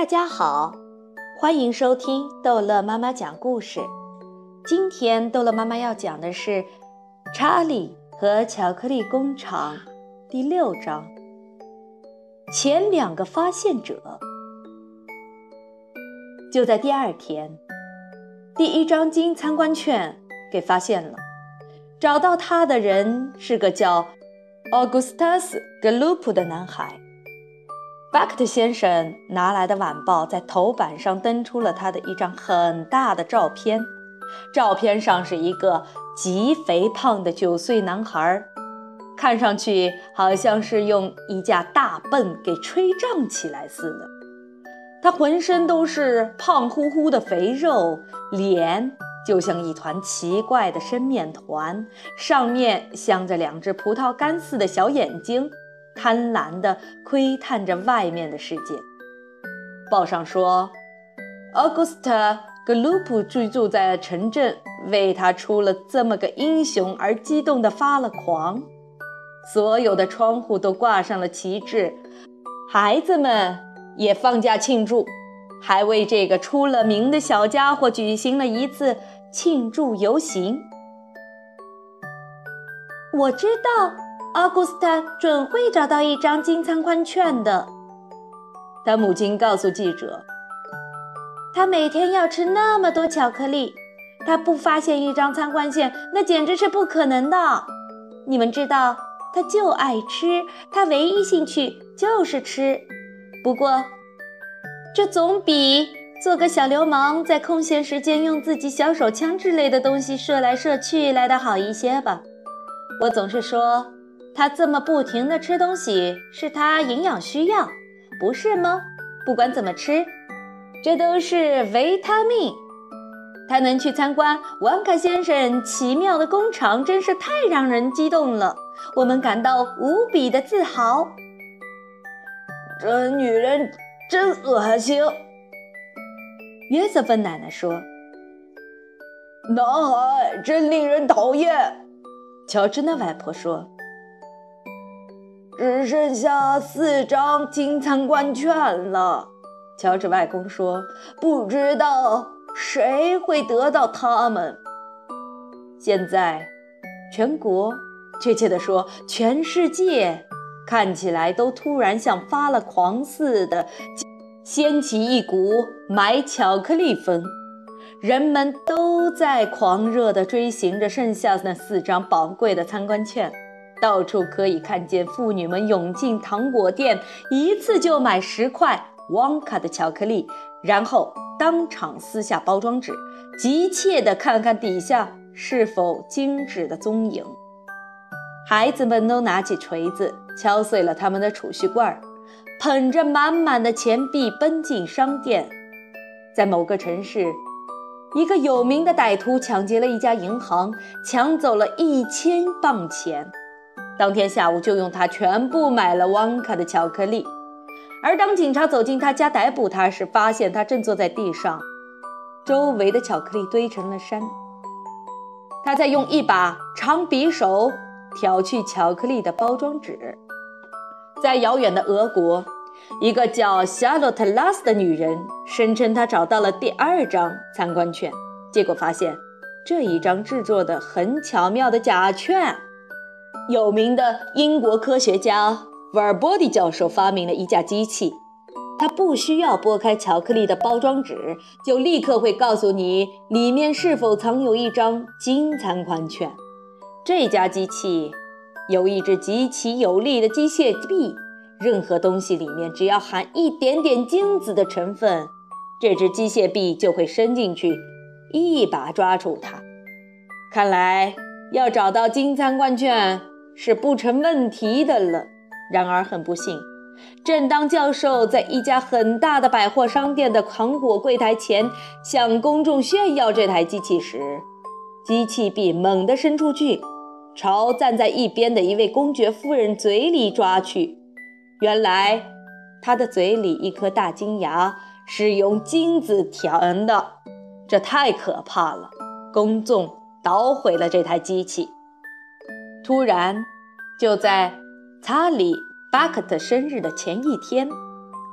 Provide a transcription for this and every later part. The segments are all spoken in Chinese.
大家好，欢迎收听逗乐妈妈讲故事。今天逗乐妈妈要讲的是《查理和巧克力工厂》第6章，前2个发现者。就在第2天，第1张金参观券给发现了，找到他的人是个叫奥古斯塔斯·格鲁普的男孩。巴克特先生拿来的晚报在头版上登出了他的一张很大的照片，照片上是一个极肥胖的9岁男孩，看上去好像是用一架大泵给吹胀起来似的。他浑身都是胖乎乎的肥肉，脸就像一团奇怪的生面团，上面镶着2只葡萄干似的小眼睛，贪婪地窥探着外面的世界。报上说，奥古斯塔·格鲁普居住在城镇，为他出了这么个英雄而激动地发了狂。所有的窗户都挂上了旗帜，孩子们也放假庆祝，还为这个出了名的小家伙举行了一次庆祝游行。我知道奥古斯塔准会找到一张金参观券的，他母亲告诉记者。他每天要吃那么多巧克力，他不发现一张参观券那简直是不可能的。你们知道，他就爱吃，他唯一兴趣就是吃。不过这总比做个小流氓在空闲时间用自己小手枪之类的东西射来射去来得好一些吧。我总是说他这么不停地吃东西是他营养需要，不是吗？不管怎么吃，这都是维他命。他能去参观王卡先生奇妙的工厂，真是太让人激动了，我们感到无比的自豪。 这女人真恶心， 约瑟芬奶奶说。 男孩真令人讨厌， 乔治的外婆说。 只剩下4张金参观券了， 乔治外公说， 不知道谁会得到它们。 现在全国，确切地说全世界，看起来都突然像发了狂似的掀起一股买巧克力风，人们都在狂热地追寻着剩下那4张宝贵的参观券。到处可以看见妇女们涌进糖果店，一次就买10块旺卡的巧克力，然后当场撕下包装纸，急切地看看底下是否精致的踪影。孩子们都拿起锤子敲碎了他们的储蓄罐，捧着满满的钱币奔进商店。在某个城市，一个有名的歹徒抢劫了一家银行，抢走了1000磅钱，当天下午就用它全部买了旺卡的巧克力。而当警察走进他家逮捕他时，发现他正坐在地上，周围的巧克力堆成了山。他在用一把长匕首挑去巧克力的包装纸。在遥远的俄国，一个叫夏洛特拉斯的女人声称她找到了第2张参观券，结果发现这一张制作的很巧妙的假券。有名的英国科学家沃尔波蒂教授发明了一架机器，他不需要剥开巧克力的包装纸，就立刻会告诉你里面是否藏有一张金参观券。这家机器有一只极其有力的机械臂，任何东西里面只要含一点点金子的成分，这只机械臂就会伸进去一把抓住它。看来要找到金参观券是不成问题的了。然而很不幸，正当教授在一家很大的百货商店的糖果柜台前向公众炫耀这台机器时，机器臂猛地伸出去，朝站在一边的一位公爵夫人嘴里抓去。原来她的嘴里一颗大金牙是用金子填的，这太可怕了。公众捣毁了这台机器。突然，就在查理·巴克特生日的前一天，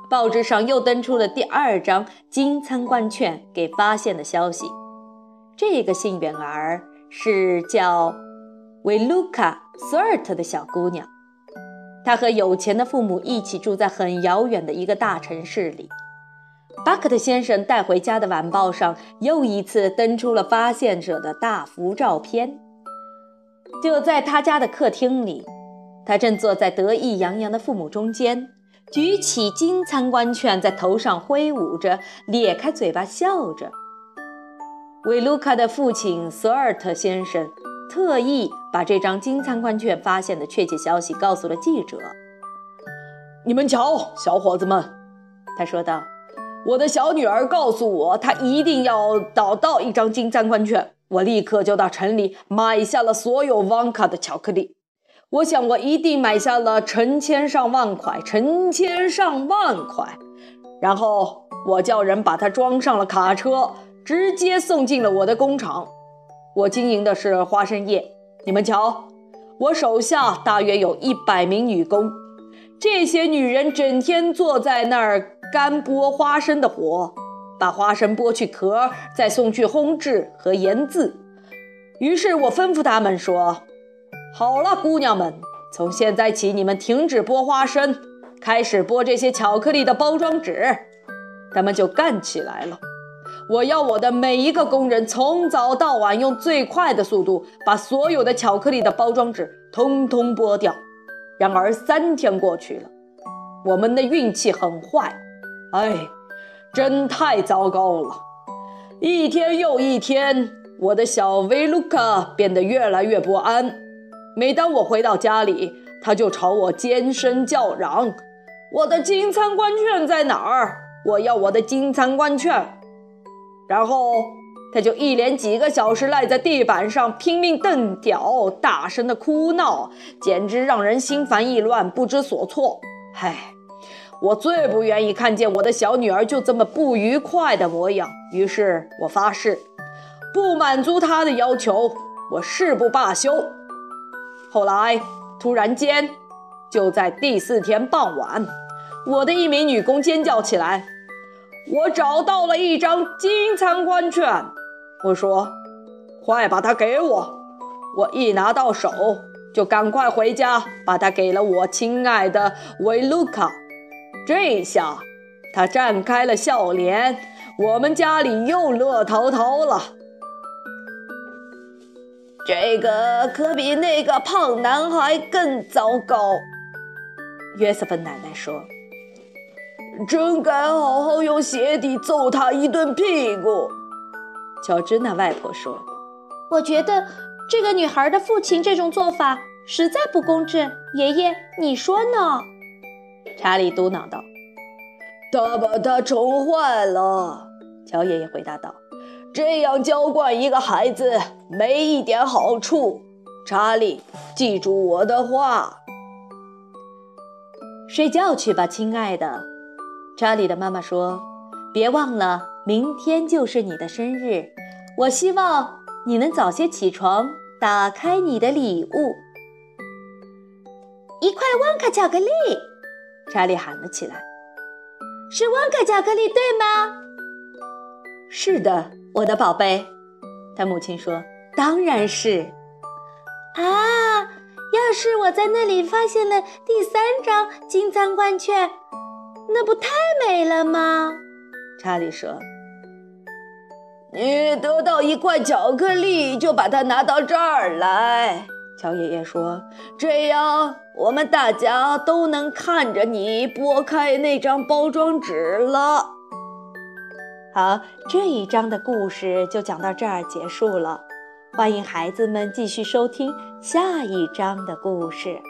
报纸上又登出了第2张经参观券给发现的消息。这个幸运儿是叫维卢卡·索尔特的小姑娘，她和有钱的父母一起住在很遥远的一个大城市里。巴克特先生带回家的晚报上又一次登出了发现者的大幅照片。就在他家的客厅里，他正坐在得意洋洋的父母中间，举起金参观券在头上挥舞着，咧开嘴巴笑着。维卢卡的父亲索尔特先生特意把这张金参观券发现的确切消息告诉了记者。 你们瞧，小伙子们， 他说道， 我的小女儿告诉我，她一定要找到一张金参观券。我立刻就到城里买下了所有旺卡的巧克力。我想我一定买下了成千上万块。然后我叫人把它装上了卡车，直接送进了我的工厂。我经营的是花生业。你们瞧，我手下大约有100名女工。这些女人整天坐在那儿干剥花生的活，把花生剥去壳，再送去烘制和研制。于是我吩咐他们说，好了，姑娘们，从现在起你们停止剥花生，开始剥这些巧克力的包装纸。他们就干起来了。我要我的每一个工人从早到晚用最快的速度把所有的巧克力的包装纸通通剥掉。然而3天过去了，我们的运气很坏，真太糟糕了。一天又一天，我的小维卢卡变得越来越不安。每当我回到家里，他就朝我尖声叫嚷，我的金参观券在哪儿？我要我的金参观券。然后他就一连几个小时赖在地板上拼命蹬脚，大声地哭闹，简直让人心烦意乱，不知所措。我最不愿意看见我的小女儿就这么不愉快的模样，于是我发誓，不满足她的要求，我誓不罢休。后来突然间，就在第4天傍晚，我的一名女工尖叫起来，我找到了一张金参观券。我说，快把它给我。我一拿到手，就赶快回家把它给了我亲爱的维卢卡。这下他绽开了笑脸，我们家里又乐淘淘了。这个可比那个胖男孩更糟糕，约瑟芬奶奶说，真该好好用鞋底揍他一顿屁股。 乔治娜外婆说， 我觉得这个女孩的父亲这种做法实在不公正，爷爷你说呢？ 查理嘟囔道， 他把他宠坏了。 乔爷爷回答道， 这样娇惯一个孩子没一点好处。查理，记住我的话。 睡觉去吧，亲爱的。查理的妈妈说，别忘了明天就是你的生日，我希望你能早些起床，打开你的礼物。 1块旺卡巧克力， 查理喊了起来。 是旺卡巧克力对吗？ 是的，我的宝贝，他母亲说，当然是。 要是我在那里发现了第3张金参观券，那不太美了吗？ 查理说， 你得到1块巧克力就把它拿到这儿来，乔爷爷说，这样我们大家都能看着你剥开那张包装纸了。 好，这一章的故事就讲到这儿结束了，欢迎孩子们继续收听下一章的故事。